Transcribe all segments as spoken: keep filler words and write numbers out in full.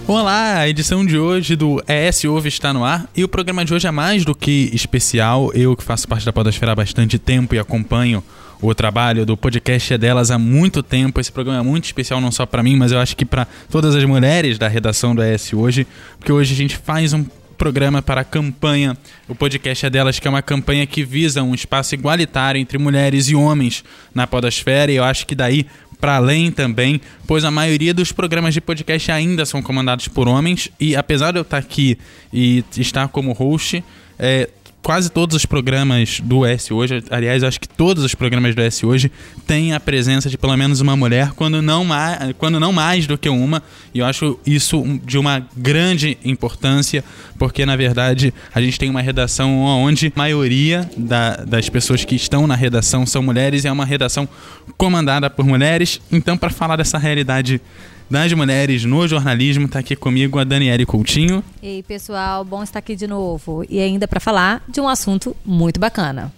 Olá, a edição de hoje do E S Ouve está no ar e o programa de hoje é mais do que especial. Eu que faço parte da Podosfera há bastante tempo e acompanho o trabalho do podcast É Delas há muito tempo. Esse programa é muito especial não só para mim, mas eu acho que para todas as mulheres da redação do E S Hoje, porque hoje a gente faz um programa para a campanha, o podcast É Delas, que é uma campanha que visa um espaço igualitário entre mulheres e homens na podosfera, e eu acho que daí para além também, pois a maioria dos programas de podcast ainda são comandados por homens, e apesar de eu estar aqui e estar como host, é, quase todos os programas do E S Hoje, aliás, acho que todos os programas do E S Hoje têm a presença de pelo menos uma mulher, quando não, mais, quando não mais do que uma, e eu acho isso de uma grande importância, porque na verdade a gente tem uma redação onde a maioria da, das pessoas que estão na redação são mulheres, e é uma redação comandada por mulheres. Então, para falar dessa realidade das mulheres no jornalismo, tá aqui comigo a Daniele Coutinho. Ei, pessoal, bom estar aqui de novo. E ainda para falar de um assunto muito bacana.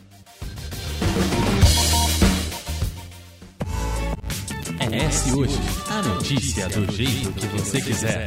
É S Hoje, a notícia do jeito que você quiser.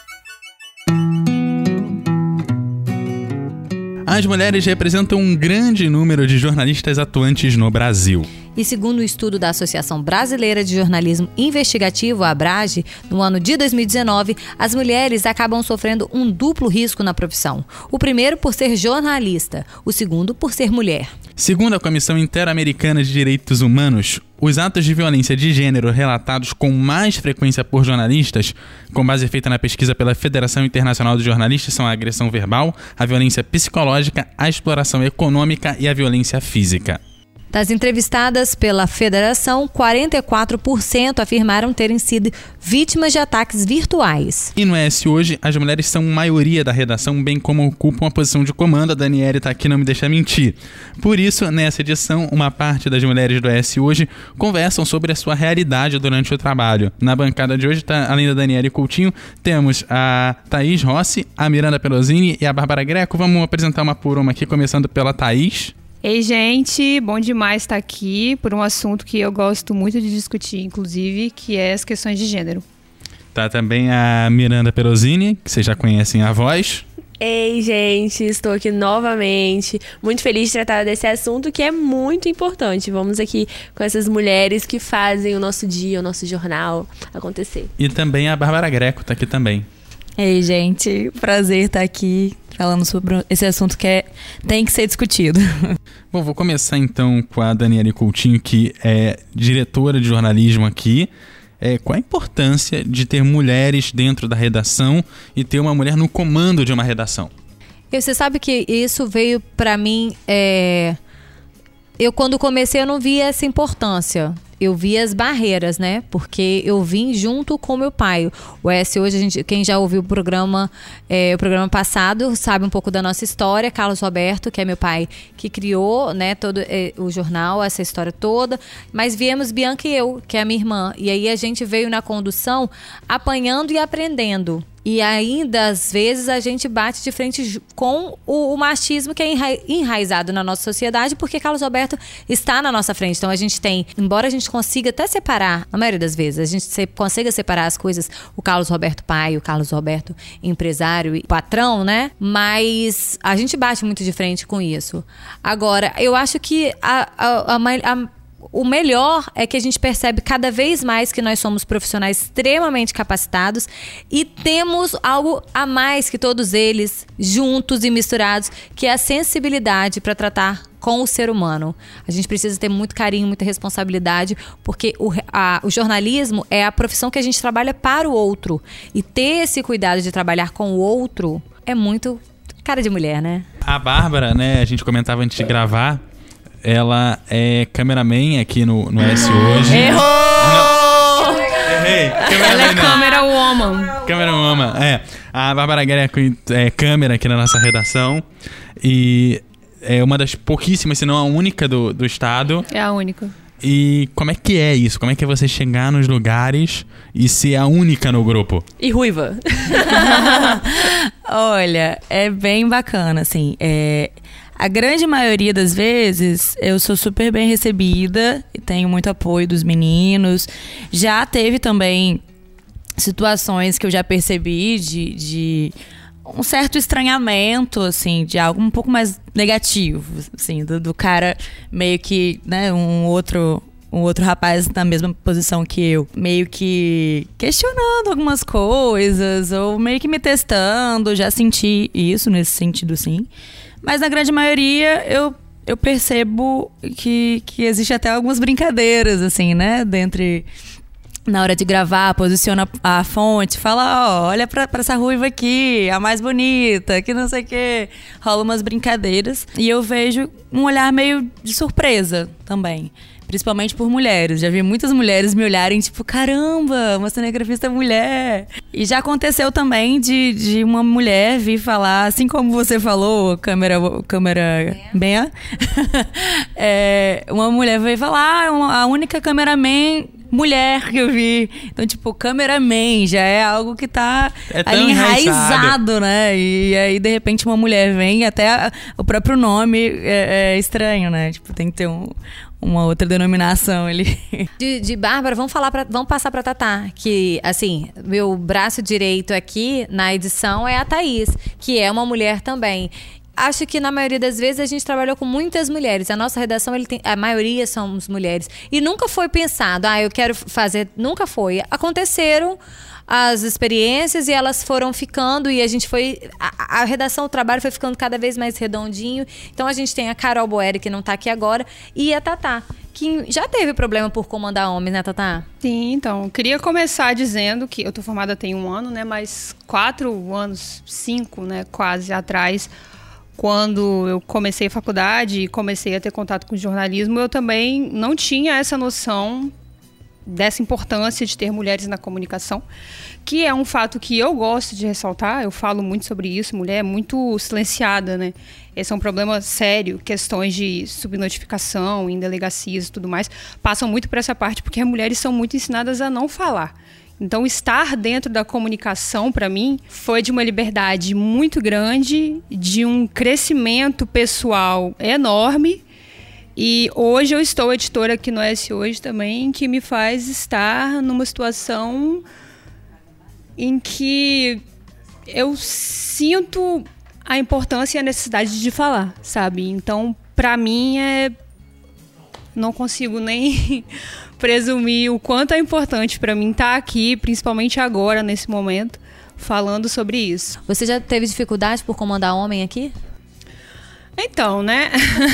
As mulheres representam um grande número de jornalistas atuantes no Brasil. E segundo o estudo da Associação Brasileira de Jornalismo Investigativo, a ABRAGE, no ano de dois mil e dezenove, as mulheres acabam sofrendo um duplo risco na profissão. O primeiro por ser jornalista, o segundo por ser mulher. Segundo a Comissão Interamericana de Direitos Humanos, os atos de violência de gênero relatados com mais frequência por jornalistas, com base feita na pesquisa pela Federação Internacional de Jornalistas, são a agressão verbal, a violência psicológica, a exploração econômica e a violência física. Das entrevistadas pela federação, quarenta e quatro por cento afirmaram terem sido vítimas de ataques virtuais. E no E S Hoje, as mulheres são maioria da redação, bem como ocupam a posição de comando. A Daniele está aqui, não me deixa mentir. Por isso, nessa edição, uma parte das mulheres do E S Hoje conversam sobre a sua realidade durante o trabalho. Na bancada de hoje, tá, além da Daniele Coutinho, temos a Thaís Rossi, a Miranda Pelosini e a Bárbara Greco. Vamos apresentar uma por uma aqui, começando pela Thaís. Ei, gente, bom demais estar aqui por um assunto que eu gosto muito de discutir, inclusive, que é as questões de gênero. Tá também a Miranda Pelosini, que vocês já conhecem a voz. Ei, gente, estou aqui novamente, muito feliz de tratar desse assunto que é muito importante. Vamos aqui com essas mulheres que fazem o nosso dia, o nosso jornal acontecer. E também a Bárbara Greco tá aqui também. Ei, gente, prazer estar aqui falando sobre esse assunto que é, tem que ser discutido. Bom, vou começar então com a Daniele Coutinho, que é diretora de jornalismo aqui. É, qual a importância de ter mulheres dentro da redação e ter uma mulher no comando de uma redação? E você sabe que isso veio para mim... É... Eu, quando comecei, eu não via essa importância. Eu vi as barreiras, né? Porque eu vim junto com meu pai. O E S Hoje, a gente, quem já ouviu o programa, é, o programa passado, sabe um pouco da nossa história. Carlos Roberto, que é meu pai, que criou, né, todo é, o jornal, essa história toda. Mas viemos Bianca e eu, que é a minha irmã. E aí a gente veio na condução apanhando e aprendendo. E ainda, às vezes, a gente bate de frente com o, o machismo que é enra, enraizado na nossa sociedade, porque Carlos Roberto está na nossa frente. Então, a gente tem, embora a gente consiga até separar, na maioria das vezes, a gente se, consiga separar as coisas, o Carlos Roberto pai, o Carlos Roberto empresário e patrão, né? Mas a gente bate muito de frente com isso. Agora, eu acho que a... a, a, a O melhor é que a gente percebe cada vez mais que nós somos profissionais extremamente capacitados e temos algo a mais que todos eles, juntos e misturados, que é a sensibilidade para tratar com o ser humano. A gente precisa ter muito carinho, muita responsabilidade, porque o, a, o jornalismo é a profissão que a gente trabalha para o outro. E ter esse cuidado de trabalhar com o outro é muito cara de mulher, né? A Bárbara, né, a gente comentava antes de gravar, ela é cameraman aqui no, no E S Hoje. Errou! Não. Errei! Ela é câmera woman. Câmera woman, é. A Bárbara Greco é câmera aqui na nossa redação. E é uma das pouquíssimas, se não a única do, do estado. É a única. E como é que é isso? Como é que é você chegar nos lugares e ser a única no grupo? E ruiva. Olha, é bem bacana, assim. É... A grande maioria das vezes eu sou super bem recebida e tenho muito apoio dos meninos. Já teve também situações que eu já percebi de, de um certo estranhamento, assim, de algo um pouco mais negativo, assim, do, do cara meio que, né, um outro... um outro rapaz na mesma posição que eu, meio que questionando algumas coisas, ou meio que me testando, já senti isso nesse sentido, sim. Mas na grande maioria, eu, eu percebo que, que existe até algumas brincadeiras, assim, né, dentre... Na hora de gravar, posiciona a fonte, fala, ó, olha pra, pra essa ruiva aqui, a mais bonita, que não sei o quê. Rola umas brincadeiras. E eu vejo um olhar meio de surpresa também. Principalmente por mulheres. Já vi muitas mulheres me olharem, tipo, caramba, uma cinegrafista mulher. E já aconteceu também de, de uma mulher vir falar, assim como você falou, câmera... câmera bem, é, uma mulher veio falar, ah, a única cameraman... mulher que eu vi. Então, tipo, cameraman já é algo que tá é ali enraizado, enraizado, né? E aí, de repente, uma mulher vem e até a, o próprio nome é, é estranho, né? Tipo, tem que ter um, uma outra denominação ali. De, de Bárbara, vamos falar pra, vamos passar pra Tatá. Que, assim, meu braço direito aqui na edição é a Thaís, que é uma mulher também. Acho que na maioria das vezes a gente trabalhou com muitas mulheres. A nossa redação, ele tem, a maioria somos mulheres. E nunca foi pensado, ah, eu quero fazer... Nunca foi. Aconteceram as experiências e elas foram ficando e a gente foi... A, a redação, o trabalho foi ficando cada vez mais redondinho. Então a gente tem a Carol Boeri, que não tá aqui agora, e a Tatá, que já teve problema por comandar homens, né, Tatá? Sim, então, queria começar dizendo que eu tô formada tem um ano, né, mas quatro anos, cinco, né, quase atrás... Quando eu comecei a faculdade e comecei a ter contato com jornalismo, eu também não tinha essa noção dessa importância de ter mulheres na comunicação, que é um fato que eu gosto de ressaltar, eu falo muito sobre isso, mulher é muito silenciada, né? Esse é um problema sério, questões de subnotificação em delegacias e tudo mais, passam muito por essa parte, porque as mulheres são muito ensinadas a não falar. Então, estar dentro da comunicação, para mim, foi de uma liberdade muito grande, de um crescimento pessoal enorme. E hoje eu estou editora aqui no S Hoje também, que me faz estar numa situação em que eu sinto a importância e a necessidade de falar, sabe? Então, para mim, é... não consigo nem... presumir o quanto é importante para mim estar aqui, principalmente agora, nesse momento, falando sobre isso. Você já teve dificuldade por comandar homem aqui? Então, né?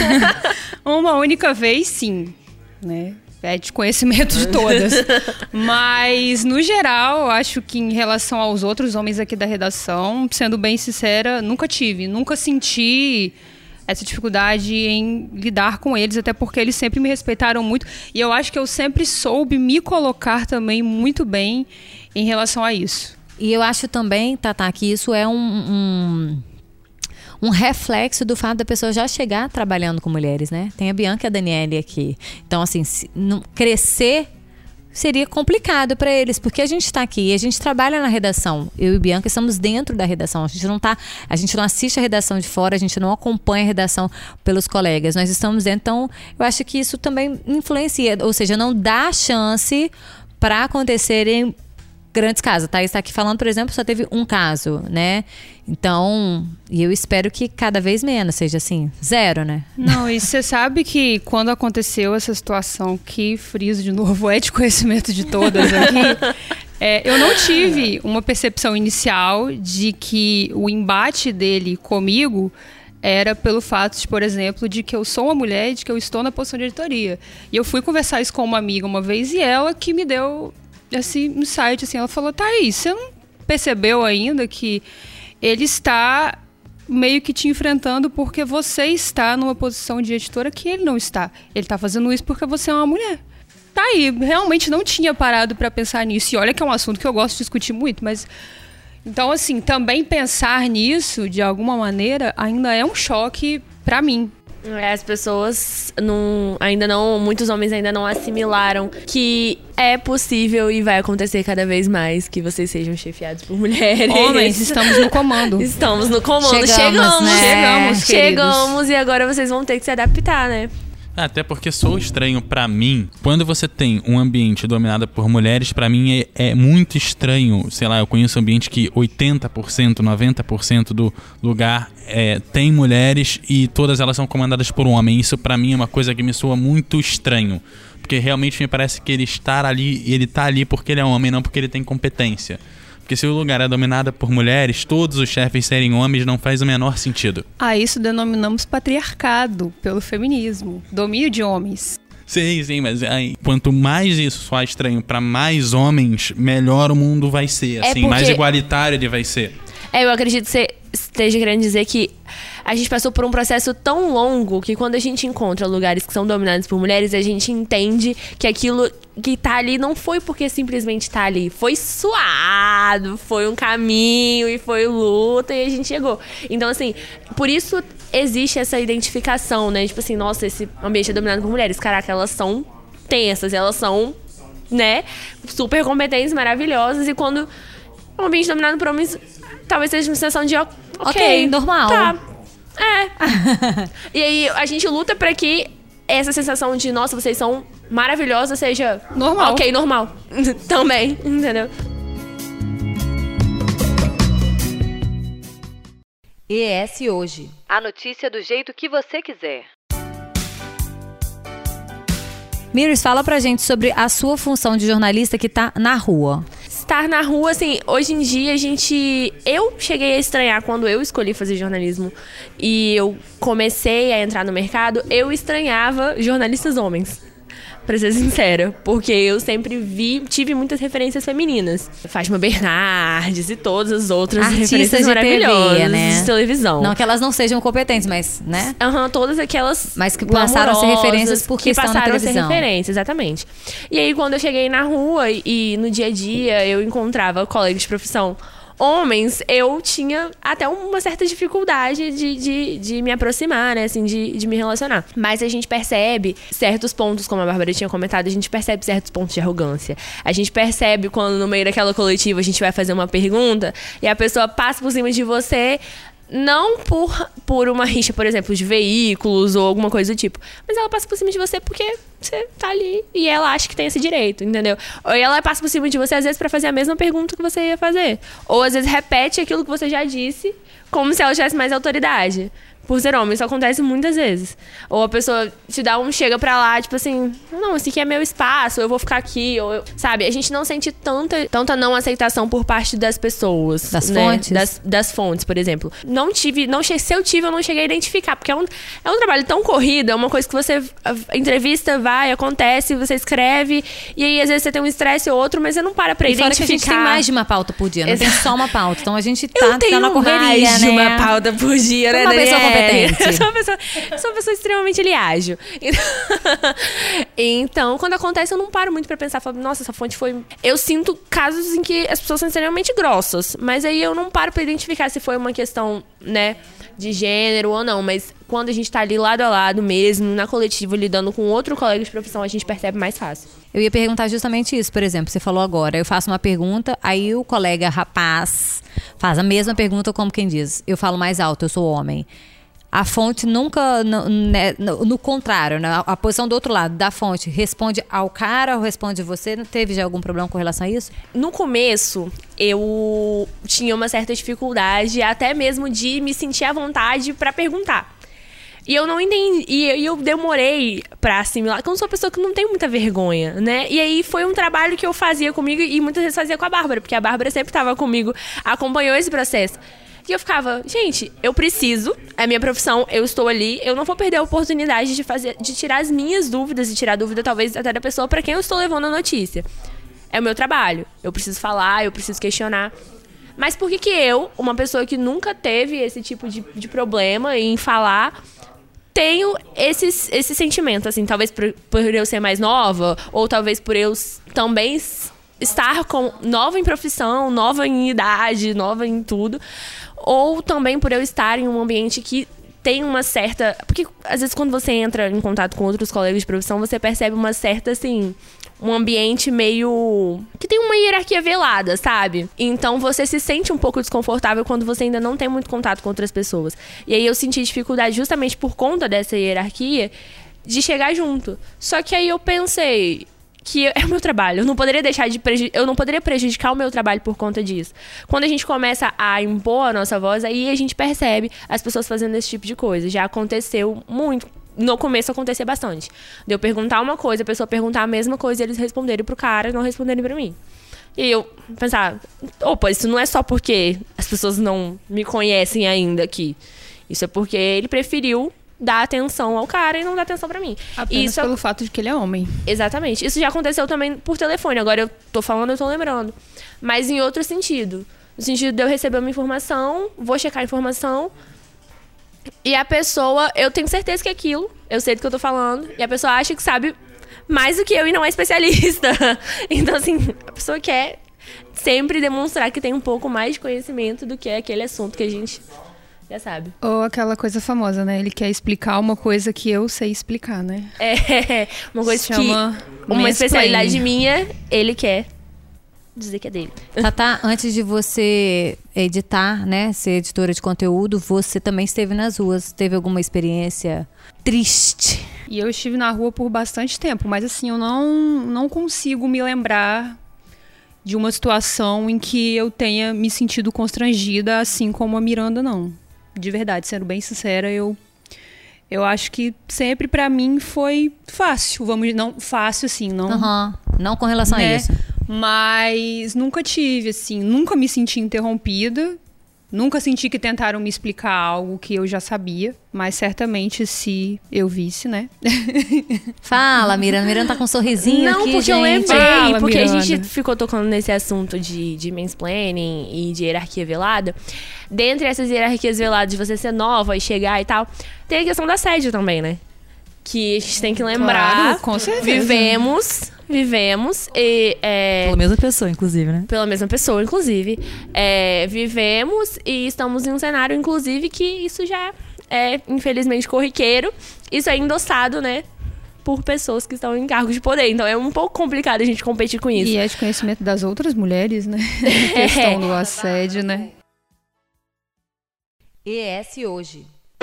Uma única vez, sim. Né? É de conhecimento de todas. Mas, no geral, eu acho que em relação aos outros homens aqui da redação, sendo bem sincera, nunca tive. Nunca senti... essa dificuldade em lidar com eles, até porque eles sempre me respeitaram muito. E eu acho que eu sempre soube me colocar também muito bem em relação a isso. E eu acho também, Tatá, que isso é um, um, um reflexo do fato da pessoa já chegar trabalhando com mulheres, né? Tem a Bianca e a Daniele aqui. Então, assim, se, não, crescer... seria complicado para eles, porque a gente está aqui, a gente trabalha na redação. Eu e Bianca estamos dentro da redação. A gente não tá, a gente não assiste a redação de fora, a gente não acompanha a redação pelos colegas. Nós estamos dentro, então eu acho que isso também influencia, ou seja, não dá chance para acontecerem grandes casos. Tá? Está aqui falando, por exemplo, só teve um caso, né? Então, e eu espero que cada vez menos, seja assim, zero, né? Não, e você sabe que quando aconteceu essa situação, que friso de novo é de conhecimento de todas aqui, é, eu não tive uma percepção inicial de que o embate dele comigo era pelo fato, de, por exemplo, de que eu sou uma mulher e de que eu estou na posição de editoria. E eu fui conversar isso com uma amiga uma vez e ela que me deu esse insight, assim, ela falou, Thaís, você não percebeu ainda que ele está meio que te enfrentando porque você está numa posição de editora que ele não está. Ele está fazendo isso porque você é uma mulher. Tá aí, realmente não tinha parado para pensar nisso. E olha que é um assunto que eu gosto de discutir muito, mas... Então, assim, também pensar nisso, de alguma maneira, ainda é um choque para mim. As pessoas não, ainda não, muitos homens ainda não assimilaram que é possível e vai acontecer cada vez mais que vocês sejam chefiados por mulheres. Homens, estamos no comando. Estamos no comando. Chegamos, Chegamos, né? Chegamos, Chegamos e agora vocês vão ter que se adaptar, né? Até porque sou estranho pra mim. Quando você tem um ambiente dominado por mulheres, pra mim é, é muito estranho. Sei lá, eu conheço um ambiente que oitenta por cento, noventa por cento do lugar é, tem mulheres e todas elas são comandadas por um homem. Isso pra mim é uma coisa que me soa muito estranho. Porque realmente me parece que ele estar ali, ele tá ali porque ele é homem, não porque ele tem competência. Porque se o lugar é dominado por mulheres, todos os chefes serem homens não faz o menor sentido. A isso denominamos patriarcado, pelo feminismo. Domínio de homens. Sim, sim, mas aí, quanto mais isso soar estranho pra mais homens, melhor o mundo vai ser, assim, porque... mais igualitário ele vai ser. É, eu acredito que você esteja querendo dizer que a gente passou por um processo tão longo que quando a gente encontra lugares que são dominados por mulheres, a gente entende que aquilo que tá ali não foi porque simplesmente tá ali. Foi suado, foi um caminho e foi luta e a gente chegou. Então, assim, por isso existe essa identificação, né? Tipo assim, nossa, esse ambiente é dominado por mulheres. Caraca, elas são tensas, elas são, né, super competentes, maravilhosas. E quando um ambiente dominado por homens, talvez seja uma sensação de ok, Ok, normal. Tá. É. E aí a gente luta pra que essa sensação de, nossa, vocês são maravilhosas, seja normal. Ok, normal. Também, entendeu? E S Hoje. A notícia do jeito que você quiser. Miris, fala pra gente sobre a sua função de jornalista que tá na rua. Estar na rua, assim, hoje em dia a gente... Eu cheguei a estranhar quando eu escolhi fazer jornalismo e eu comecei a entrar no mercado, eu estranhava jornalistas homens. Pra ser sincera, porque eu sempre vi, tive muitas referências femininas. Fátima Bernardes e todas as outras Artistas referências de maravilhosas T V, né? de televisão. Não que elas não sejam competentes, mas, né? Aham, uhum, todas aquelas mas que passaram a ser referências porque que estão na passaram televisão. a ser referências, exatamente. E aí, quando eu cheguei na rua e, e no dia a dia eu encontrava colegas de profissão homens, eu tinha até uma certa dificuldade de, de, de me aproximar, né, assim, de, de me relacionar. Mas a gente percebe certos pontos, como a Bárbara tinha comentado, a gente percebe certos pontos de arrogância. A gente percebe quando no meio daquela coletiva a gente vai fazer uma pergunta e a pessoa passa por cima de você, não por, por uma rixa, por exemplo, de veículos ou alguma coisa do tipo, mas ela passa por cima de você porque você tá ali e ela acha que tem esse direito, entendeu? Ou ela passa por cima de você, às vezes, pra fazer a mesma pergunta que você ia fazer. Ou, às vezes, repete aquilo que você já disse, como se ela tivesse mais autoridade. Por ser homem, isso acontece muitas vezes. Ou a pessoa te dá um chega pra lá, tipo assim, não, esse aqui é meu espaço, eu vou ficar aqui, ou eu... Sabe, a gente não sente tanta, tanta não aceitação por parte das pessoas. Das né? fontes? Das, das fontes, por exemplo. Não tive, não che... se eu tive, eu não cheguei a identificar, porque é um, é um trabalho tão corrido, é uma coisa que você a entrevista, vai, acontece, você escreve, e aí às vezes você tem um estresse ou outro, mas você não para pra E identificar. fora que a gente tem mais de uma pauta por dia, não Exato. tem só uma pauta. Então a gente tá, Eu tenho tá na correria, mais né? de uma pauta por dia, né, Uma pessoa Daniele? competente. Eu sou uma pessoa, eu sou uma pessoa extremamente ali, ágil. Então, quando acontece, eu não paro muito pra pensar, falo, nossa, essa fonte foi... Eu sinto casos em que as pessoas são extremamente grossas, mas aí eu não paro pra identificar se foi uma questão, né, de gênero ou não, mas quando a gente tá ali lado a lado mesmo, na coletiva, lidando com outro colega de profissão, a gente percebe mais fácil. Eu ia perguntar justamente isso, por exemplo, você falou agora, eu faço uma pergunta, aí o colega rapaz faz a mesma pergunta como quem diz, eu falo mais alto, eu sou homem. A fonte nunca, no, né, no, no contrário, né, a posição do outro lado da fonte responde ao cara ou responde você? Não teve já algum problema com relação a isso? No começo, eu tinha uma certa dificuldade, até mesmo de me sentir à vontade pra perguntar. E eu não entendi, e eu demorei pra assimilar, porque eu não sou uma pessoa que não tem muita vergonha, né? E aí foi um trabalho que eu fazia comigo e muitas vezes fazia com a Bárbara, porque a Bárbara sempre estava comigo, acompanhou esse processo. E eu ficava, gente, eu preciso, é a minha profissão, eu estou ali, eu não vou perder a oportunidade de fazer, de tirar as minhas dúvidas e tirar a dúvida talvez até da pessoa pra quem eu estou levando a notícia. É o meu trabalho, eu preciso falar, eu preciso questionar. Mas por que que eu, uma pessoa que nunca teve esse tipo de, de problema em falar, tenho esse, esse sentimento, assim, talvez por, por eu ser mais nova, ou talvez por eu também estar com, nova em profissão, nova em idade, nova em tudo, ou também por eu estar em um ambiente que tem uma certa... Porque, às vezes, quando você entra em contato com outros colegas de profissão, você percebe uma certa, assim... um ambiente meio... que tem uma hierarquia velada, sabe? Então você se sente um pouco desconfortável quando você ainda não tem muito contato com outras pessoas. E aí eu senti dificuldade justamente por conta dessa hierarquia de chegar junto. Só que aí eu pensei que é o meu trabalho, eu não poderia deixar de preju- eu não poderia prejudicar o meu trabalho por conta disso. Quando a gente começa a impor a nossa voz, aí a gente percebe as pessoas fazendo esse tipo de coisa. Já aconteceu muito. No começo acontecia bastante. De eu perguntar uma coisa, a pessoa perguntar a mesma coisa e eles responderem pro cara e não responderem pra mim. E eu pensar, opa, isso não é só porque as pessoas não me conhecem ainda aqui. Isso é porque ele preferiu dar atenção ao cara e não dar atenção pra mim. Apenas isso pelo fato de que ele é homem. Exatamente. Isso já aconteceu também por telefone. Agora eu tô falando, eu tô lembrando. Mas em outro sentido. No sentido de eu receber uma informação, vou checar a informação, e a pessoa, eu tenho certeza que é aquilo, eu sei do que eu tô falando, e a pessoa acha que sabe mais do que eu e não é especialista. Então, assim, a pessoa quer sempre demonstrar que tem um pouco mais de conhecimento do que aquele assunto que a gente já sabe. Ou aquela coisa famosa, né? Ele quer explicar uma coisa que eu sei explicar, né? É, uma coisa Se chama que... Uma mansplaining. especialidade minha, ele quer dizer que é dele. Tatá, antes de você editar, né, ser editora de conteúdo, você também esteve nas ruas. Teve alguma experiência triste? E eu estive na rua por bastante tempo, mas assim, eu não, não consigo me lembrar de uma situação em que eu tenha me sentido constrangida, assim como a Miranda, não. De verdade, sendo bem sincera, eu, eu acho que sempre pra mim foi fácil. Vamos, não fácil assim, não... Uhum. Não com relação né? a isso. Mas nunca tive, assim, nunca me senti interrompida. Nunca senti que tentaram me explicar algo que eu já sabia. Mas certamente se eu visse, né? Fala, Miranda. Miranda tá com um sorrisinho Não, aqui, porque gente. eu lembrei, Fala, porque Miranda. a gente ficou tocando nesse assunto de, de mansplaining e de hierarquia velada. Dentre essas hierarquias veladas, de você ser nova e chegar e tal, tem a questão do assédio também, né? Que a gente tem que lembrar. Claro, com certeza. Vivemos, vivemos e... É, Pela mesma pessoa, inclusive, né? pela mesma pessoa, inclusive. É, vivemos e estamos em um cenário, inclusive, que isso já é, infelizmente, corriqueiro. Isso é endossado, né? Por pessoas que estão em cargos de poder. Então é um pouco complicado a gente competir com isso. E é de conhecimento das outras mulheres, né? A questão do assédio, né? E S hoje.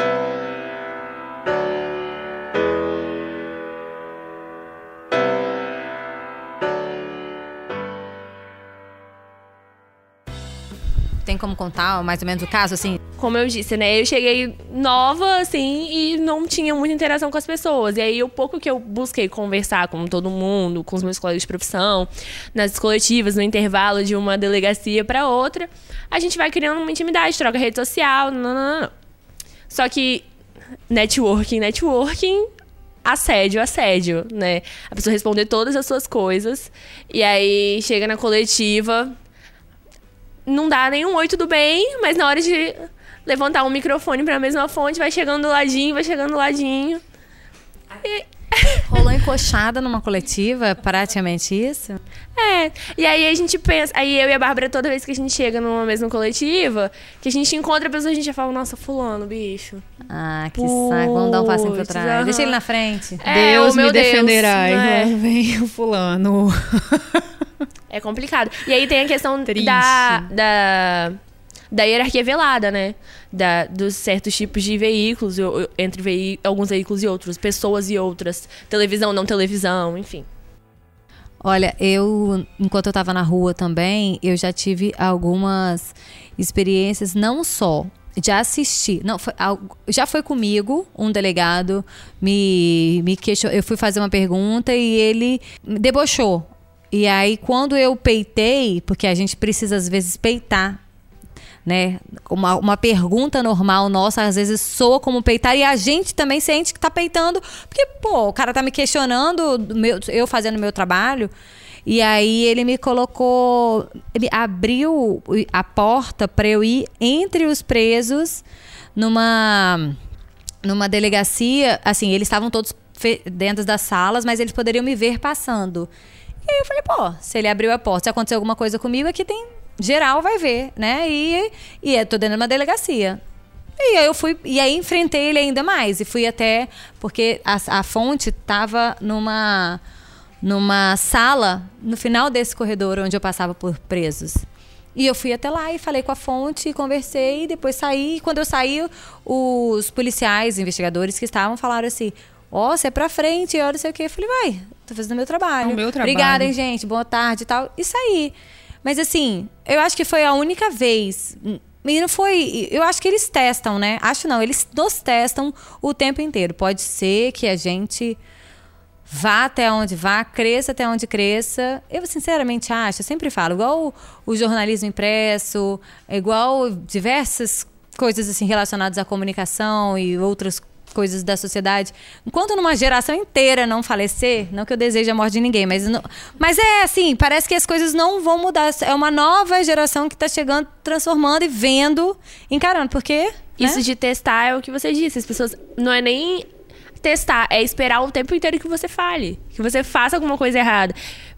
Tem como contar mais ou menos o caso, assim? Como eu disse, né? Eu cheguei nova, assim, e não tinha muita interação com as pessoas. E aí, o pouco que eu busquei conversar com todo mundo, com os meus colegas de profissão, nas coletivas, no intervalo de uma delegacia pra outra, a gente vai criando uma intimidade, troca rede social, não, não, não, não. Só que networking, networking, assédio, assédio, né? A pessoa responder todas as suas coisas, e aí chega na coletiva... Não dá nenhum oi, tudo bem, mas na hora de levantar um microfone pra mesma fonte, vai chegando do ladinho, vai chegando do ladinho. E... Rolou encoxada numa coletiva, praticamente isso? É, e aí a gente pensa, aí eu e a Bárbara, toda vez que a gente chega numa mesma coletiva, que a gente encontra a pessoa, a gente já fala, nossa, fulano, bicho. Ah, que saco, vamos dar um passinho pra Putz, trás. aham. Deixa ele na frente. É, Deus o meu me defenderá. Deus, E né? lá vem o fulano. É complicado. E aí tem a questão Triste. da, da, da hierarquia velada, né? Da, dos certos tipos de veículos, eu- entre veí- alguns veículos e outros, pessoas e outras, televisão, não televisão, enfim. Olha, eu, enquanto eu tava na rua também, eu já tive algumas experiências, não só de assistir. Não, foi, algo- já foi comigo, um delegado me, me questionou. Eu fui fazer uma pergunta e ele me debochou. E aí, quando eu peitei, porque a gente precisa às vezes peitar, né? Uma, uma pergunta normal nossa, às vezes soa como peitar, e a gente também sente que tá peitando, porque, pô, o cara tá me questionando, do meu- eu fazendo o meu trabalho, e aí ele me colocou, ele abriu a porta para eu ir entre os presos numa, numa delegacia, assim, eles estavam todos fe- dentro das salas, mas eles poderiam me ver passando. E aí eu falei, pô, se ele abriu a porta, se acontecer alguma coisa comigo, aqui tem... Geral vai ver, né? E, e eu tô dentro de uma delegacia. E aí eu fui... E aí enfrentei ele ainda mais. E fui até... Porque a, a fonte tava numa... Numa sala, no final desse corredor, onde eu passava por presos. E eu fui até lá e falei com a fonte, conversei, depois saí. E quando eu saí, os policiais, investigadores que estavam, falaram assim... ó, oh, você é pra frente, olha, não sei o quê. Eu falei, vai, tô fazendo meu trabalho. É o meu trabalho. Obrigada, hein, gente, boa tarde e tal. Isso aí. Mas assim, eu acho que foi a única vez. E não foi. Eu acho que eles testam, né? Acho não, eles nos testam o tempo inteiro. Pode ser que a gente vá até onde vá, cresça até onde cresça. Eu, sinceramente, acho, eu sempre falo, igual o, o jornalismo impresso, igual diversas coisas assim relacionadas à comunicação e outras coisas da sociedade. Enquanto numa geração inteira não falecer, não que eu deseje a morte de ninguém, mas, não, mas é assim, parece que as coisas não vão mudar. É uma nova geração que está chegando, transformando e vendo, encarando, porque... Isso né? de testar é o que você disse. As pessoas... Não é nem testar, é esperar o tempo inteiro que você fale. Que você faça alguma coisa errada.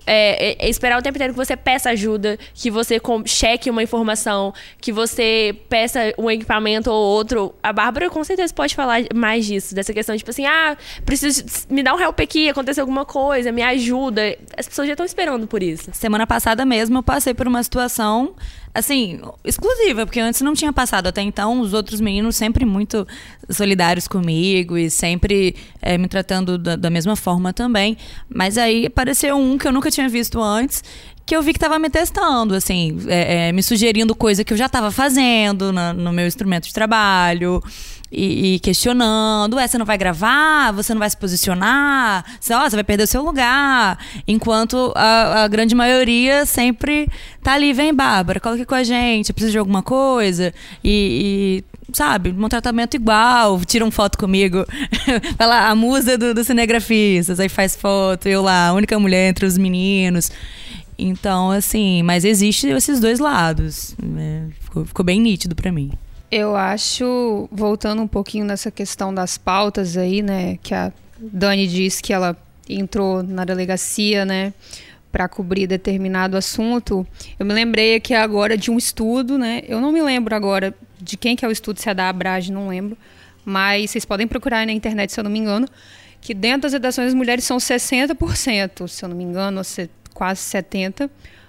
É, é, é esperar o tempo inteiro que você peça ajuda, que você com, cheque uma informação, que você peça um equipamento ou outro. A Bárbara com certeza pode falar mais disso, dessa questão, tipo assim, ah, preciso, me dá um help aqui, aconteceu alguma coisa, me ajuda. As pessoas já estão esperando por isso. Semana passada mesmo eu passei por uma situação, assim, exclusiva, porque antes não tinha passado. Até então, os outros meninos sempre muito solidários comigo e sempre é, me tratando da, da mesma forma também. Mas aí apareceu um que eu nunca tinha visto antes, que eu vi que tava me testando, assim, é, é, me sugerindo coisa que eu já tava fazendo na, no meu instrumento de trabalho e, e questionando, ué, você não vai gravar? Você não vai se posicionar? Você, ó, você vai perder o seu lugar. Enquanto a, a grande maioria sempre tá ali, vem, Bárbara, coloque com a gente, precisa de alguma coisa e... e sabe, um tratamento igual, tiram foto comigo, fala a musa do, do cinegrafistas, aí faz foto, eu lá, a única mulher entre os meninos. Então, assim, mas existe esses dois lados, né? ficou, ficou bem nítido pra mim. Eu acho, voltando um pouquinho nessa questão das pautas aí, né, que a Dani disse que ela entrou na delegacia, né, para cobrir determinado assunto, eu me lembrei aqui agora de um estudo, né, eu não me lembro agora de quem que é o estudo, se é da Abrage, não lembro, mas vocês podem procurar aí na internet, se eu não me engano, que dentro das redações as mulheres são sessenta por cento, se eu não me engano, quase setenta por cento,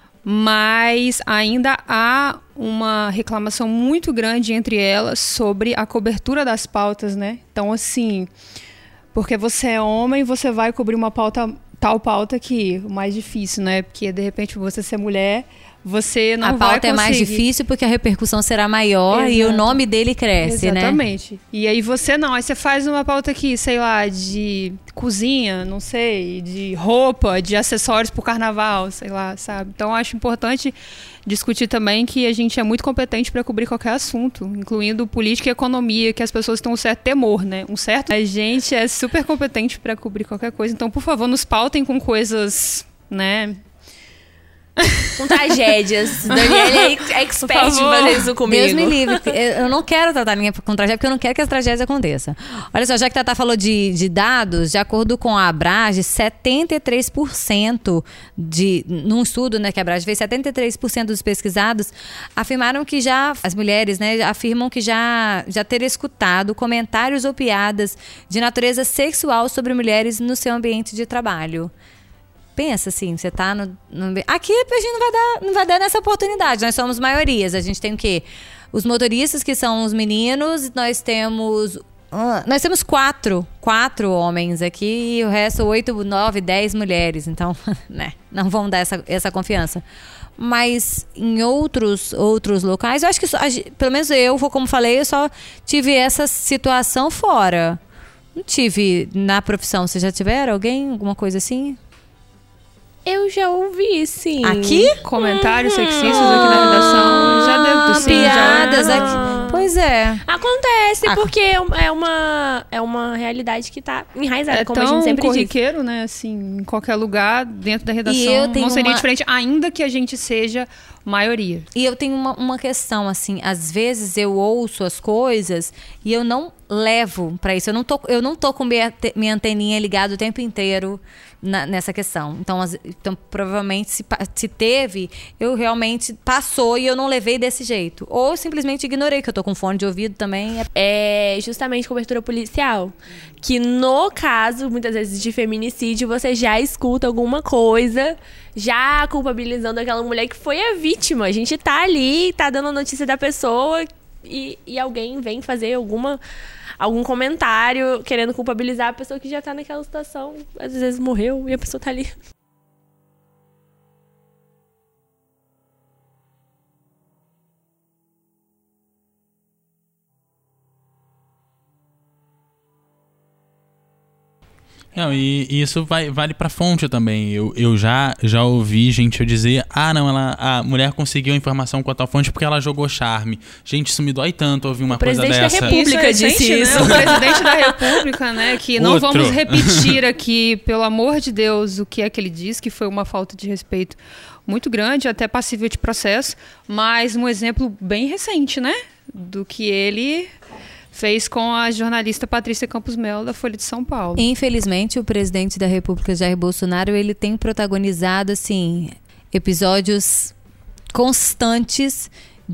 mas ainda há uma reclamação muito grande entre elas sobre a cobertura das pautas, né? Então, assim, porque você é homem, você vai cobrir uma pauta, tal pauta que o mais difícil, né? Porque, de repente, você ser mulher... Você não a vai pauta conseguir. é mais difícil porque a repercussão será maior. Exato. E o nome dele cresce, Exatamente. né? Exatamente. E aí você não, aí você faz uma pauta aqui, sei lá, de cozinha, não sei, de roupa, de acessórios pro carnaval, sei lá, sabe? Então eu acho importante discutir também que a gente é muito competente para cobrir qualquer assunto, incluindo política e economia, que as pessoas têm um certo temor, né? Um certo... A gente é super competente para cobrir qualquer coisa. Então, por favor, nos pautem com coisas, né... Com tragédias. Daniela é expert em fazer isso comigo. Deus me livre. Eu não quero tratar ninguém com tragédia, porque eu não quero que as tragédias aconteçam. Olha só, já que a Tatá falou de, de dados, de acordo com a Abrage, setenta e três por cento de... Num estudo, né, que a Abrage fez, setenta e três por cento dos pesquisados afirmaram que já... As mulheres, né, afirmam que já, já ter escutado comentários ou piadas de natureza sexual sobre mulheres no seu ambiente de trabalho. Pensa assim, você tá no, no... Aqui a gente não vai, dar, não vai dar nessa oportunidade. Nós somos maiorias. A gente tem o quê? Os motoristas, que são os meninos. Nós temos... Uh, nós temos quatro. Quatro homens aqui. E o resto, oito, nove, dez mulheres. Então, né? Não vão dar essa, essa confiança. Mas em outros, outros locais... Eu acho que, só, pelo menos eu, como falei, eu só tive essa situação fora. Não tive na profissão. Vocês já tiveram alguém? Alguma coisa assim? Eu já ouvi, sim. Aqui? Comentários uhum. sexistas aqui na redação. Já devo ter sim, piadas já... aqui. Pois é. Acontece, Ac... porque é uma, é uma realidade que tá enraizada, é como a gente sempre diz. É corriqueiro, né? Assim, em qualquer lugar, dentro da redação, e eu tenho não seria uma... diferente, ainda que a gente seja maioria. E eu tenho uma, uma questão, assim, às vezes eu ouço as coisas e eu não levo pra isso. Eu não tô, eu não tô com minha, minha anteninha ligada o tempo inteiro na, nessa questão. Então, as, então provavelmente, se, se teve, eu realmente passou e eu não levei desse jeito. Ou simplesmente ignorei, que eu tô com fone de ouvido também. É justamente cobertura policial. Que no caso, muitas vezes, de feminicídio, você já escuta alguma coisa, já culpabilizando aquela mulher que foi a vítima. A gente tá ali, tá dando a notícia da pessoa e, e alguém vem fazer alguma... algum comentário querendo culpabilizar a pessoa que já tá naquela situação, às vezes morreu e a pessoa tá ali. Não, e, e isso vai, vale pra fonte também. Eu, eu já, já ouvi gente eu dizer: ah, não, ela, a mulher conseguiu a informação com a tal fonte porque ela jogou charme. Gente, isso me dói tanto ouvir uma coisa dessa. O presidente da República isso é disse recente, isso. Né? O presidente da República, né? Que não Outro. vamos repetir aqui, pelo amor de Deus, o que é que ele diz, que foi uma falta de respeito muito grande, até passível de processo, mas um exemplo bem recente, né? Do que ele fez com a jornalista Patrícia Campos Melo, da Folha de São Paulo. Infelizmente, o presidente da República, Jair Bolsonaro, ele tem protagonizado, assim, episódios constantes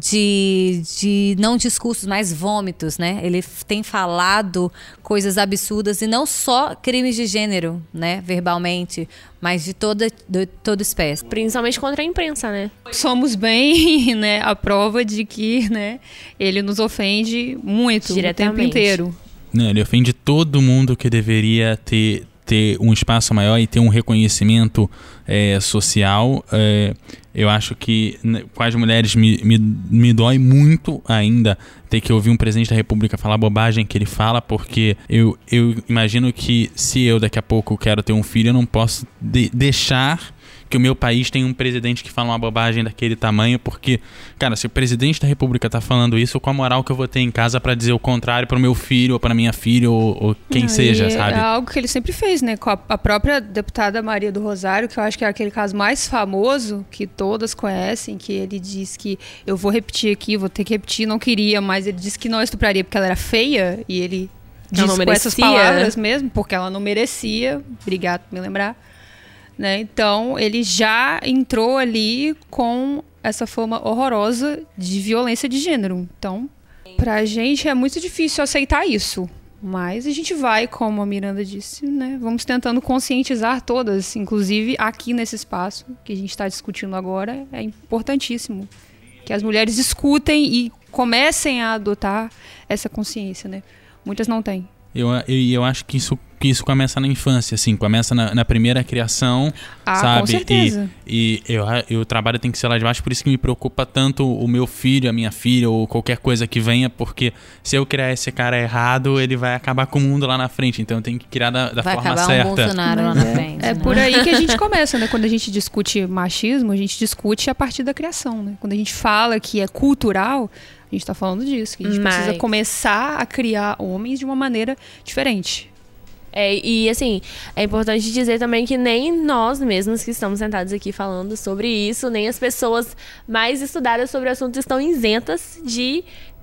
de, de não discursos, mas vômitos, né? Ele tem falado coisas absurdas, e não só crimes de gênero, né, verbalmente, mas de toda, de toda espécie. Principalmente contra a imprensa, né? Somos bem, né, a prova de que, né, ele nos ofende muito o tempo Diretamente. inteiro. Não, ele ofende todo mundo que deveria ter, ter um espaço maior e ter um reconhecimento é, social. É, eu acho que né, com as mulheres me, me, me dói muito ainda ter que ouvir um presidente da República falar bobagem que ele fala, porque eu, eu imagino que se eu daqui a pouco quero ter um filho, eu não posso de- deixar que o meu país tenha um presidente que fala uma bobagem daquele tamanho, porque, cara, se o presidente da República tá falando isso, qual a moral que eu vou ter em casa pra dizer o contrário pro meu filho, ou pra minha filha, ou, ou quem Não, seja, e sabe? É algo que ele sempre fez, né? Com a, a própria deputada Maria do Rosário, que eu acho que é aquele caso mais famoso, que todas conhecem, que ele diz que eu vou repetir aqui, vou ter que repetir, não queria, mas ele disse que não estupraria porque ela era feia, e ele Ela disse não com essas merecia. palavras mesmo, porque ela não merecia. Obrigado por me lembrar. Né? Então, ele já entrou ali com essa fama horrorosa de violência de gênero. Então, pra gente é muito difícil aceitar isso. Mas a gente vai, como a Miranda disse, né? Vamos tentando conscientizar todas, inclusive aqui nesse espaço que a gente está discutindo agora. É importantíssimo que as mulheres escutem e comecem a adotar essa consciência, né? Muitas não têm. Eu, eu, eu acho que isso, que isso começa na infância, assim, começa na, na primeira criação, Ah, sabe? com certeza. E, e eu, eu, o trabalho tem que ser lá de baixo, por isso que me preocupa tanto o meu filho, a minha filha, ou qualquer coisa que venha, porque se eu criar esse cara errado, ele vai acabar com o mundo lá na frente, então eu tenho que criar da, da Vai forma acabar certa. um Bolsonaro lá na frente. É né? por aí que a gente começa, né? Quando a gente discute machismo, a gente discute a partir da criação, né? Quando a gente fala que é cultural, a gente está falando disso, que a gente Mas- precisa começar a criar homens de uma maneira diferente. É, e assim, é importante dizer também que nem nós mesmos que estamos sentados aqui falando sobre isso, nem as pessoas mais estudadas sobre o assunto estão isentas de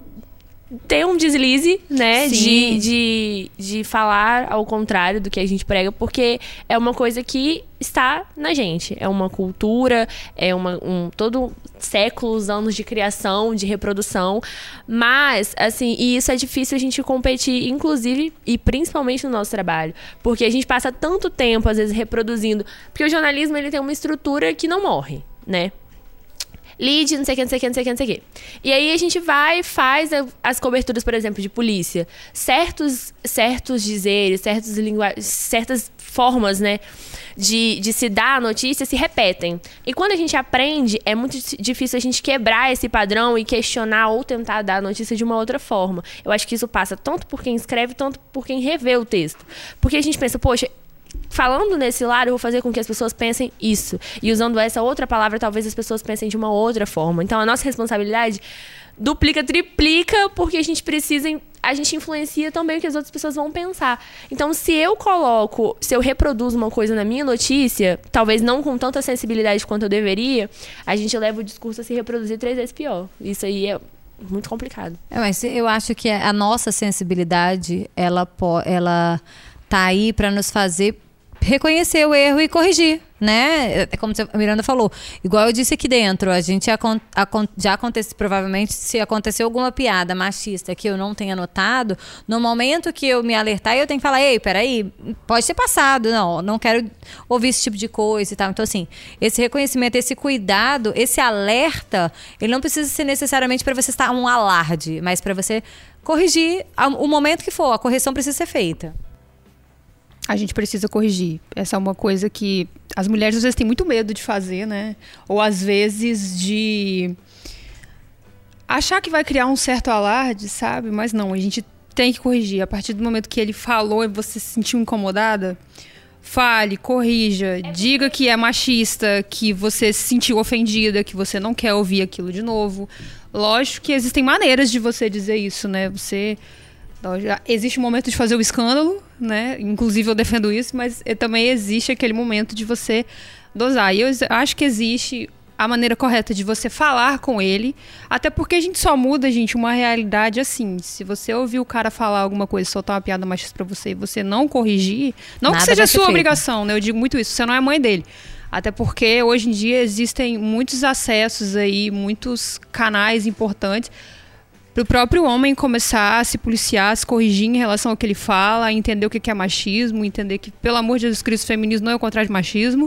ter um deslize, né? Sim. De, de, de falar ao contrário do que a gente prega, porque é uma coisa que está na gente. É uma cultura, é uma, um, todo séculos, anos de criação, de reprodução. Mas, assim, e isso é difícil a gente competir, inclusive, e principalmente no nosso trabalho. Porque a gente passa tanto tempo, às vezes, reproduzindo. Porque o jornalismo, ele tem uma estrutura que não morre, né? Lead, não sei o que, não sei o que, não sei o que, não sei o que. E aí a gente vai e faz as coberturas, por exemplo, de polícia. Certos, certos dizeres, certos lingua- certas formas, né, de, de se dar a notícia se repetem. E quando a gente aprende, é muito difícil a gente quebrar esse padrão e questionar ou tentar dar a notícia de uma outra forma. Eu acho que isso passa tanto por quem escreve, tanto por quem revê o texto. Porque a gente pensa, poxa, falando nesse lado, eu vou fazer com que as pessoas pensem isso. E usando essa outra palavra, talvez as pessoas pensem de uma outra forma. Então, a nossa responsabilidade duplica, triplica, porque a gente precisa... A gente influencia também o que as outras pessoas vão pensar. Então, se eu coloco... Se eu reproduzo uma coisa na minha notícia, talvez não com tanta sensibilidade quanto eu deveria, a gente leva o discurso a se reproduzir três vezes pior. Isso aí é muito complicado. É, mas eu acho que a nossa sensibilidade, ela, po- ela tá aí para nos fazer reconhecer o erro e corrigir, né? É como a Miranda falou. Igual eu disse aqui dentro, a gente já acontece, provavelmente, se aconteceu alguma piada machista que eu não tenha notado, no momento que eu me alertar, eu tenho que falar, ei, peraí, pode ser passado, não, não quero ouvir esse tipo de coisa e tal. Então, assim, esse reconhecimento, esse cuidado, esse alerta, ele não precisa ser necessariamente para você estar um alarde, mas para você corrigir o momento que for, a correção precisa ser feita. A gente precisa corrigir. Essa é uma coisa que as mulheres às vezes têm muito medo de fazer, né? Ou às vezes de achar que vai criar um certo alarde, sabe? Mas não, a gente tem que corrigir. A partir do momento que ele falou e você se sentiu incomodada, fale, corrija, é diga que é machista, que você se sentiu ofendida, que você não quer ouvir aquilo de novo. Lógico que existem maneiras de você dizer isso, né? Você... Existe um momento de fazer o escândalo, né? Inclusive eu defendo isso, mas também existe aquele momento de você dosar. E eu acho que existe a maneira correta de você falar com ele, até porque a gente só muda, gente, uma realidade assim. Se você ouvir o cara falar alguma coisa, soltar uma piada machista pra você e você não corrigir, não Nada que seja sua obrigação, né? Eu digo muito isso, você não é mãe dele. Até porque hoje em dia existem muitos acessos aí, muitos canais importantes para o próprio homem começar a se policiar, a se corrigir em relação ao que ele fala, a entender o que é machismo, entender que, pelo amor de Jesus Cristo, o feminismo não é o contrário de machismo,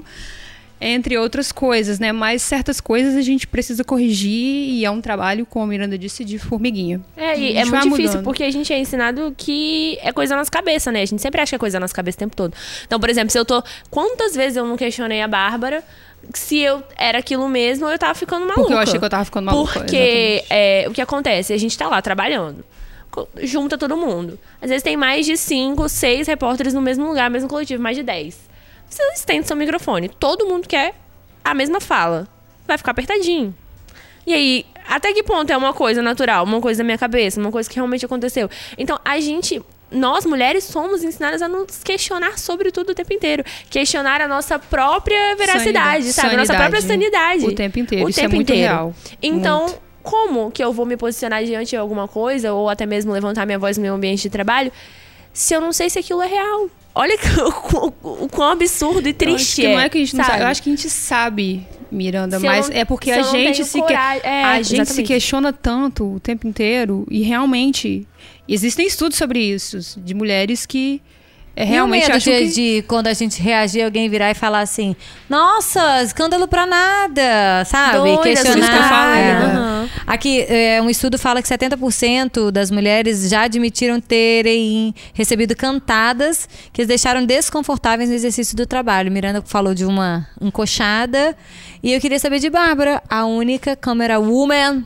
entre outras coisas, né? Mas certas coisas a gente precisa corrigir e é um trabalho, como a Miranda disse, de formiguinha. É, e é muito difícil, mudando. Porque a gente é ensinado que é coisa na nossa cabeça, né? A gente sempre acha que é coisa na nossa cabeça o tempo todo. Então, por exemplo, se eu tô... Quantas vezes eu não questionei a Bárbara se eu era aquilo mesmo ou eu tava ficando maluca? Porque eu achei que eu tava ficando maluca. Porque é, o que acontece? A gente tá lá trabalhando, junta todo mundo. Às vezes tem mais de cinco, seis repórteres no mesmo lugar, mesmo coletivo, mais de dez. Você estende seu microfone. Todo mundo quer a mesma fala. Vai ficar apertadinho. E aí, até que ponto é uma coisa natural, uma coisa da minha cabeça, uma coisa que realmente aconteceu? Então, a gente... Nós, mulheres, somos ensinadas a nos questionar sobre tudo o tempo inteiro. Questionar a nossa própria veracidade, sanidade, sabe? A nossa própria sanidade. O tempo inteiro. O Isso tempo é muito inteiro. real. Então, muito. Como que eu vou me posicionar diante de alguma coisa, ou até mesmo levantar minha voz no meu ambiente de trabalho, se eu não sei se aquilo é real? Olha o, o, o quão absurdo e triste eu acho que é. Não é que a gente não sabe? sabe. Eu acho que a gente sabe, Miranda, se mas não, é porque se a gente, se, coragem, que, é, a gente exatamente. se questiona tanto o tempo inteiro e realmente existem estudos sobre isso, de mulheres que é, realmente e o medo acham de, que... de quando a gente reagir, alguém virar e falar assim, nossa, escândalo pra nada, sabe? Doida, questionar. isso que eu falo, é. uhum. Aqui, é, um estudo fala que setenta por cento das mulheres já admitiram terem recebido cantadas que as deixaram desconfortáveis no exercício do trabalho. Miranda falou de uma encoxada. E eu queria saber de Bárbara, a única camera woman,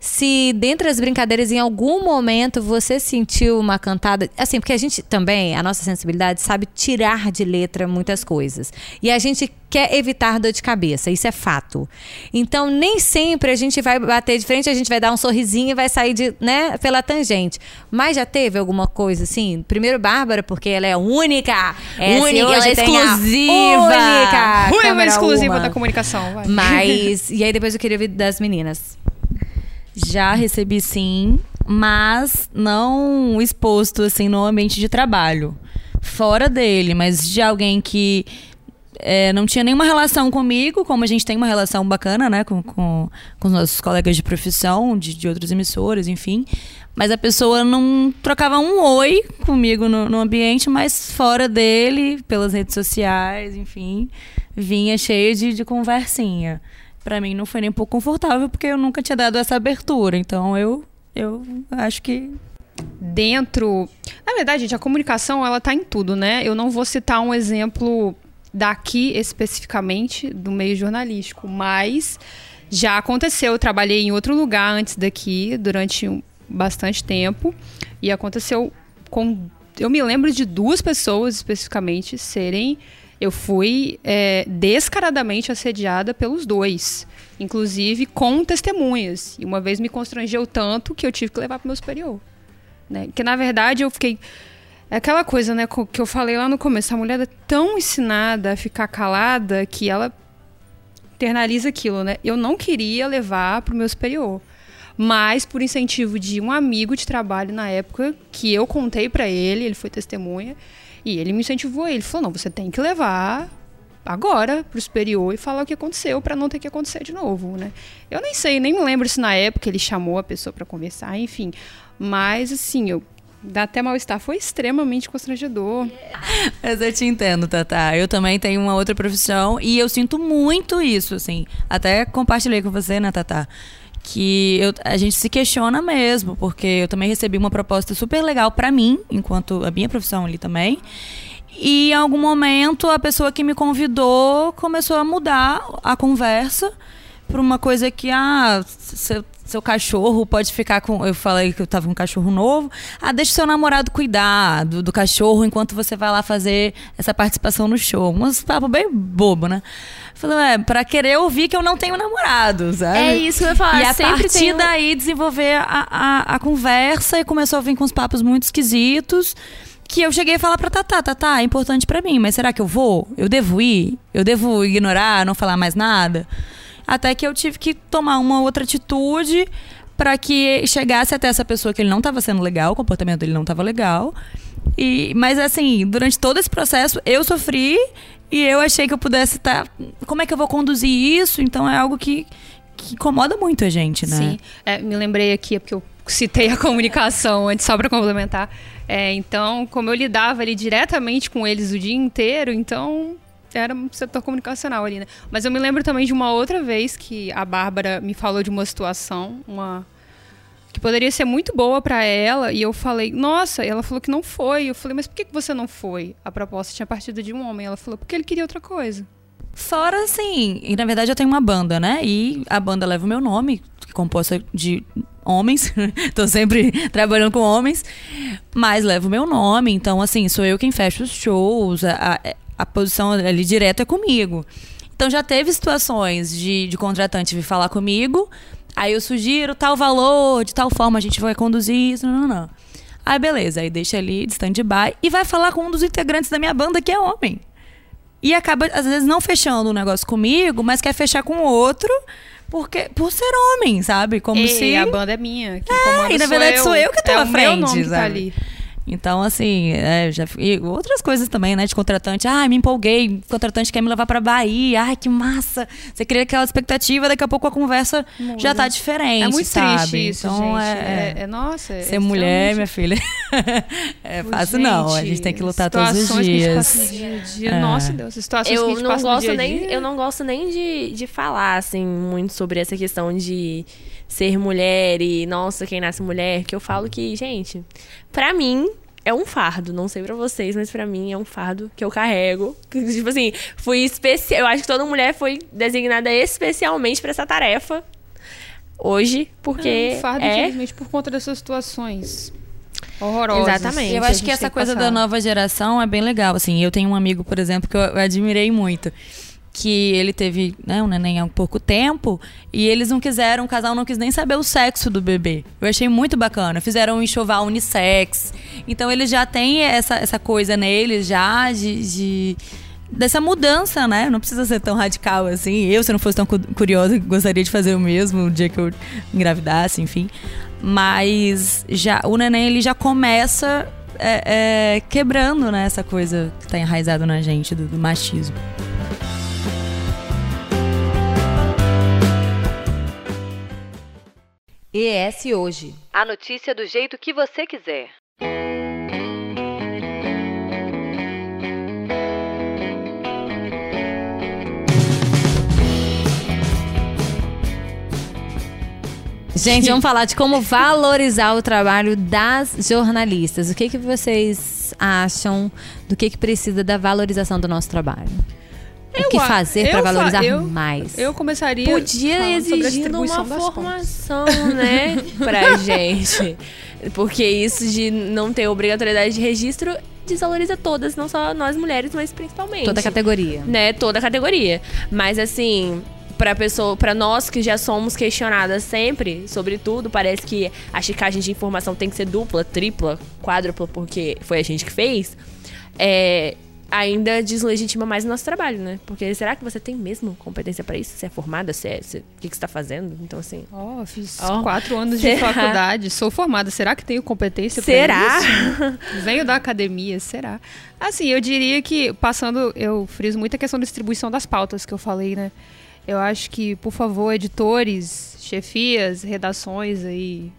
se dentre as brincadeiras, em algum momento, você sentiu uma cantada... Assim, porque a gente também, a nossa sensibilidade, sabe tirar de letra muitas coisas. E a gente quer evitar dor de cabeça, isso é fato. Então, nem sempre a gente vai bater de frente, a gente vai dar um sorrisinho e vai sair de, né, pela tangente. Mas já teve alguma coisa assim? Primeiro, Bárbara, porque ela é única. Única, ela é exclusiva. Única. Única exclusiva uma. da comunicação. Vai. Mas... E aí, depois eu queria ouvir das meninas. Já recebi sim, mas não exposto assim no ambiente de trabalho. Fora dele, mas de alguém que é, não tinha nenhuma relação comigo, como a gente tem uma relação bacana, né, com, com, com os nossos colegas de profissão, de, de outras emissoras, enfim. Mas a pessoa não trocava um oi comigo no, no ambiente, mas fora dele, pelas redes sociais, enfim, vinha cheia de, de conversinha. Pra mim não foi nem um pouco confortável, porque eu nunca tinha dado essa abertura. Então eu, eu acho que... Dentro... Na verdade, gente, a comunicação, ela tá em tudo, né? Eu não vou citar um exemplo daqui, especificamente, do meio jornalístico. Mas já aconteceu. Eu trabalhei em outro lugar antes daqui, durante um, bastante tempo. E aconteceu com... Eu me lembro de duas pessoas, especificamente, serem... Eu fui é, descaradamente assediada pelos dois, inclusive com testemunhas. E uma vez me constrangeu tanto que eu tive que levar para o meu superior. Né? Porque, na verdade, eu fiquei... É aquela coisa, né, que eu falei lá no começo. A mulher é tão ensinada a ficar calada que ela internaliza aquilo, né? Eu não queria levar para o meu superior. Mas, por incentivo de um amigo de trabalho na época, que eu contei para ele, ele foi testemunha... E ele me incentivou, ele falou, não, você tem que levar agora pro superior e falar o que aconteceu para não ter que acontecer de novo, né? Eu nem sei, nem me lembro se na época ele chamou a pessoa para conversar, enfim. Mas, assim, eu... dá até mal-estar. Foi extremamente constrangedor. Mas eu te entendo, Tatá. Eu também tenho uma outra profissão e eu sinto muito isso, assim. Até compartilhei com você, né, Tatá? Que eu, a gente se questiona mesmo, porque eu também recebi uma proposta super legal pra mim, enquanto a minha profissão ali também. E em algum momento a pessoa que me convidou começou a mudar a conversa pra uma coisa que, ah, seu, seu cachorro pode ficar com... Eu falei que eu tava com um cachorro novo. Ah, deixa o seu namorado cuidar do, do cachorro enquanto você vai lá fazer essa participação no show. Um papo bem bobo, né? Falei, é, pra querer ouvir que eu não tenho namorado, sabe? É isso que eu ia falar. E a sempre partir tem um... daí desenvolver a, a, a conversa e começou a vir com uns papos muito esquisitos. Que eu cheguei a falar pra Tatá, Tatá, é importante pra mim, mas será que eu vou? Eu devo ir? Eu devo ignorar, não falar mais nada? Até que eu tive que tomar uma outra atitude pra que chegasse até essa pessoa que ele não estava sendo legal, o comportamento dele não estava legal. E, mas assim, durante todo esse processo, eu sofri e eu achei que eu pudesse estar... Tá, como é que eu vou conduzir isso? Então é algo que, que incomoda muito a gente, né? Sim, é, me lembrei aqui, é porque eu citei a comunicação antes, só para complementar. É, então, como eu lidava ali diretamente com eles o dia inteiro, então... era um setor comunicacional ali, né? Mas eu me lembro também de uma outra vez que a Bárbara me falou de uma situação, uma que poderia ser muito boa pra ela, e eu falei, nossa, e ela falou que não foi. Eu falei, mas por que você não foi? A proposta tinha partido de um homem. Ela falou, porque ele queria outra coisa. Fora, assim, e na verdade eu tenho uma banda, né? E a banda leva o meu nome, composta de homens. Tô sempre trabalhando com homens, mas leva o meu nome. Então, assim, sou eu quem fecha os shows, a, a A posição ali direta é comigo. Então já teve situações de, de contratante vir falar comigo, aí eu sugiro tal valor, de tal forma a gente vai conduzir isso, não, não, não. Aí beleza, aí deixa ali de stand-by e vai falar com um dos integrantes da minha banda que é homem. E acaba, às vezes, não fechando um negócio comigo, mas quer fechar com o outro porque, por ser homem, sabe? Como e se... a banda é minha, quem é, comanda e na sou verdade eu. sou eu que tô é à o frente, meu nome que sabe? tá ali. Então, assim, é, já, e outras coisas também, né, de contratante. Ah, me empolguei, o contratante quer me levar pra Bahia. Ai, que massa. Você cria aquela expectativa, daqui a pouco a conversa Muda. já tá diferente, É muito sabe? triste isso, então, gente. É, É, é, nossa, é ser mulher, extremamente- minha filha, é fácil Gente, não. A gente tem que lutar todos os situações que a gente dias. passa no dia a dia. É. Nossa, Deus, situações que a Eu gente não passa no gosto dia a nem, dia. eu não gosto nem de, de falar, assim, muito sobre essa questão de ser mulher e, nossa, quem nasce mulher, que eu falo que, gente, pra mim, é um fardo. Não sei pra vocês, mas pra mim é um fardo que eu carrego. Tipo assim, fui especial. Eu acho que toda mulher foi designada especialmente pra essa tarefa hoje, porque É um fardo, é... infelizmente, por conta dessas situações horrorosas. Exatamente. Eu a acho gente que essa tem coisa passar. da nova geração é bem legal. Assim, eu tenho um amigo, por exemplo, que eu admirei muito. Que ele teve, né, um neném há um pouco tempo e eles não quiseram, o casal não quis nem saber o sexo do bebê. Eu achei muito bacana. Fizeram um enxoval unissex. Então eles já têm essa, essa coisa neles já de, de dessa mudança, né? Não precisa ser tão radical assim. Eu, se não fosse tão cu- curiosa, gostaria de fazer o mesmo no dia que eu engravidasse, enfim. Mas já o neném ele já começa é, é, quebrando, né, essa coisa que tá enraizado na gente do, do machismo. E S Hoje. A notícia do jeito que você quiser. Gente, vamos falar de como valorizar o trabalho das jornalistas. O que, que vocês acham do que, que precisa da valorização do nosso trabalho? O Eu que a- fazer eu para fa- valorizar eu- mais? Eu começaria Podia falando sobre a exigindo uma distribuição das formação, né, pra gente. Porque isso de não ter obrigatoriedade de registro desvaloriza todas, não só nós mulheres, mas principalmente. Toda a categoria. Né, toda a categoria. Mas assim, pra pessoa, para nós que já somos questionadas sempre sobre tudo, parece que a checagem de informação tem que ser dupla, tripla, quádrupla, porque foi a gente que fez. É, ainda deslegitima mais o nosso trabalho, né? Porque será que você tem mesmo competência pra isso? Você é formada? Você é, você, o que, que você tá fazendo? Então, assim... Ó, oh, fiz oh, quatro anos será? de faculdade, sou formada. Será que tenho competência será? pra isso? Venho da academia, será? Assim, eu diria que, passando, eu friso muito a questão da distribuição das pautas que eu falei, né? Eu acho que, por favor, editores, chefias, redações aí...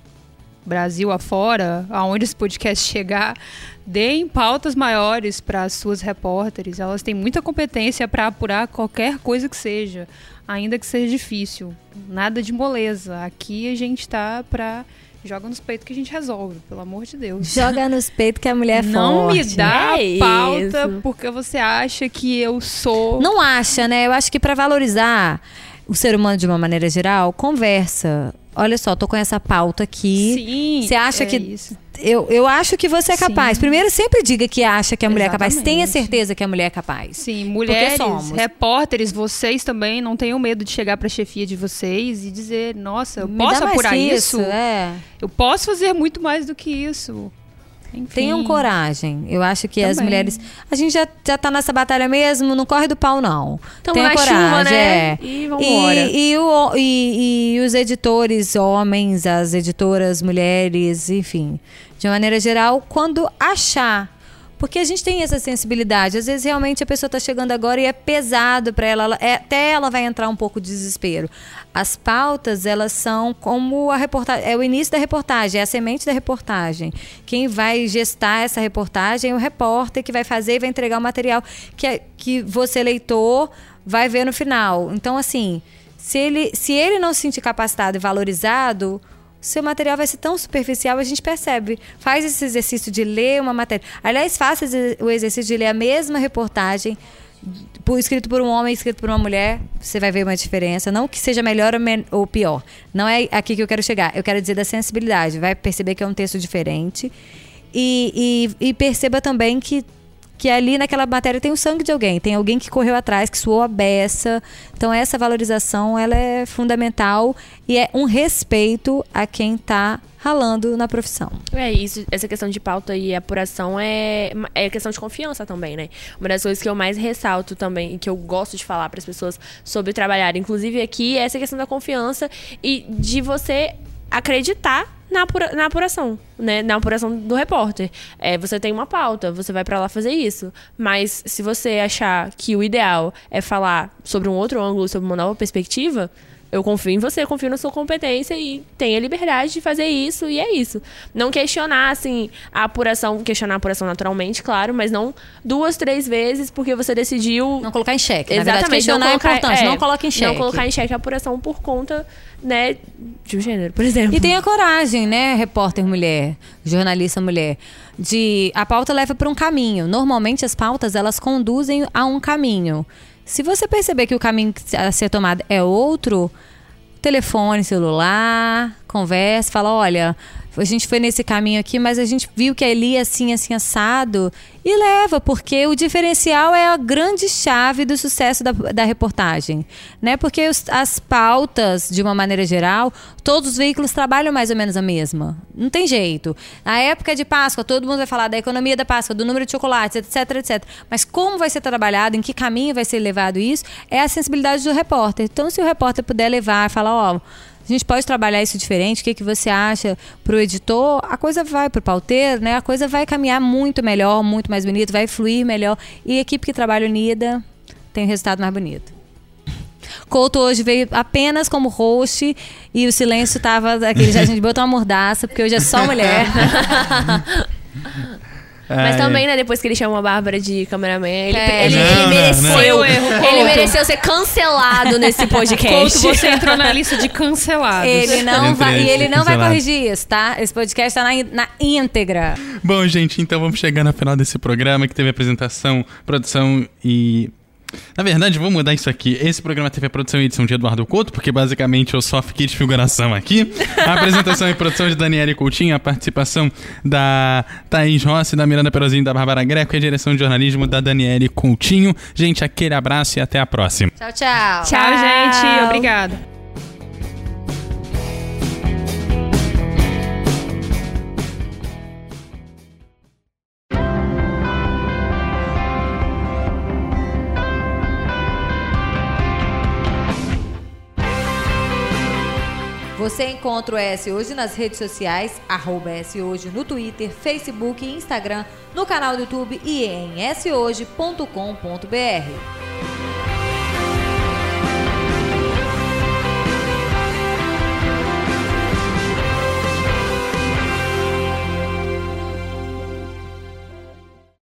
Brasil afora, aonde esse podcast chegar, deem pautas maiores para as suas repórteres. Elas têm muita competência para apurar qualquer coisa que seja, ainda que seja difícil. Nada de moleza. Aqui a gente tá para joga nos peitos que a gente resolve, pelo amor de Deus. Joga nos peitos que a mulher é Não forte. me dá É pauta isso. porque você acha que eu sou... Não acha, né? Eu acho que para valorizar o ser humano de uma maneira geral, conversa. Olha só, tô com essa pauta aqui. Sim, Você acha é que... isso. Eu, eu acho que você é capaz. Sim. Primeiro, sempre diga que acha que a mulher é capaz. Exatamente. Tenha certeza que a mulher é capaz. Sim, mulheres, somos. repórteres, vocês também não tenham medo de chegar para a chefia de vocês e dizer, nossa, eu Me posso dá mais apurar que isso? É. Eu posso fazer muito mais do que isso. Enfim. Tenham coragem. Eu acho que as Também. mulheres... A gente já, já tá nessa batalha mesmo, não corre do pau, não. Tamo Tenha na coragem, chuva, né? é. E vambora. E, e, o, e, e os editores homens, as editoras mulheres, enfim. De uma maneira geral, quando achar... Porque a gente tem essa sensibilidade. Às vezes, realmente, a pessoa está chegando agora e é pesado para ela. ela é, até ela vai entrar um pouco de desespero. As pautas, elas são como a reportagem. É o início da reportagem, é a semente da reportagem. Quem vai gestar essa reportagem é o repórter que vai fazer e vai entregar o material que, é, que você, leitor, vai ver no final. Então, assim, se ele, se ele não se sentir capacitado e valorizado... seu material vai ser tão superficial, a gente percebe. Faz esse exercício de ler uma matéria. Aliás, faça o exercício de ler a mesma reportagem, por, escrito por um homem, escrito por uma mulher. Você vai ver uma diferença. Não que seja melhor ou, men- ou pior. Não é aqui que eu quero chegar. Eu quero dizer da sensibilidade. Vai perceber que é um texto diferente. E, e, e perceba também que que ali naquela matéria tem o sangue de alguém, tem alguém que correu atrás, que suou a beça. Então essa valorização, ela é fundamental e é um respeito a quem está ralando na profissão. É isso, essa questão de pauta e apuração é, é questão de confiança também, né? Uma das coisas que eu mais ressalto também, e que eu gosto de falar para as pessoas sobre trabalhar, inclusive aqui, é essa questão da confiança e de você acreditar na, apura, na apuração, né? Na apuração do repórter. É, você tem uma pauta, você vai pra lá fazer isso. Mas se você achar que o ideal é falar sobre um outro ângulo, sobre uma nova perspectiva, eu confio em você, eu confio na sua competência e tenha liberdade de fazer isso, e é isso. Não questionar, assim, a apuração, questionar a apuração naturalmente, claro, mas não duas, três vezes porque você decidiu... Não colocar em xeque. Exatamente, Na verdade, questionar não colocar, é importante, é, não coloque em xeque. Não colocar em xeque a apuração por conta, né, de um gênero, por exemplo. E tenha coragem, né, repórter mulher, jornalista mulher, de... A pauta leva para um caminho. Normalmente, as pautas, elas conduzem a um caminho. Se você perceber que o caminho a ser tomado é outro, telefone, celular, conversa, fala, olha, a gente foi nesse caminho aqui, mas a gente viu que ali assim, assim, assado, e leva, porque o diferencial é a grande chave do sucesso da, da reportagem, né? Porque os, as pautas, de uma maneira geral, todos os veículos trabalham mais ou menos a mesma. Não tem jeito. Na época de Páscoa, todo mundo vai falar da economia da Páscoa, do número de chocolates, etc, etcétera. Mas como vai ser trabalhado, em que caminho vai ser levado isso, é a sensibilidade do repórter. Então, se o repórter puder levar, falar, ó... A gente pode trabalhar isso diferente, o que, que você acha pro editor? A coisa vai pro pauteiro, né? A coisa vai caminhar muito melhor, muito mais bonito, vai fluir melhor. E a equipe que trabalha unida tem um resultado mais bonito. Couto hoje veio apenas como host e o silêncio tava aquele, já a gente botou uma mordaça, porque hoje é só mulher. Mas também, né, depois que ele chamou a Bárbara de cameraman, ele, É, ele, não, ele não, mereceu. não. Foi o erro, Ele Couto. mereceu ser cancelado nesse podcast. Couto, você entrou na lista de cancelados. Ele não Entre vai, e ele não vai cancelado. corrigir isso, tá? Esse podcast tá na, in- na íntegra. Bom, gente, então vamos chegando ao final desse programa que teve apresentação, produção e... Na verdade, vou mudar isso aqui. Esse programa teve a produção e edição de Eduardo Couto, porque basicamente eu só fiquei de figuração aqui. A apresentação e produção de Daniele Coutinho, a participação da Thaís Rossi, da Miranda Perozinho e da Bárbara Greco e a direção de jornalismo da Daniele Coutinho. Gente, aquele abraço e até a próxima. Tchau, tchau. Tchau, gente. Obrigada. Você encontra o E S Hoje nas redes sociais, arroba E S Hoje no Twitter, Facebook e Instagram, no canal do YouTube e em s hoje ponto com ponto b r.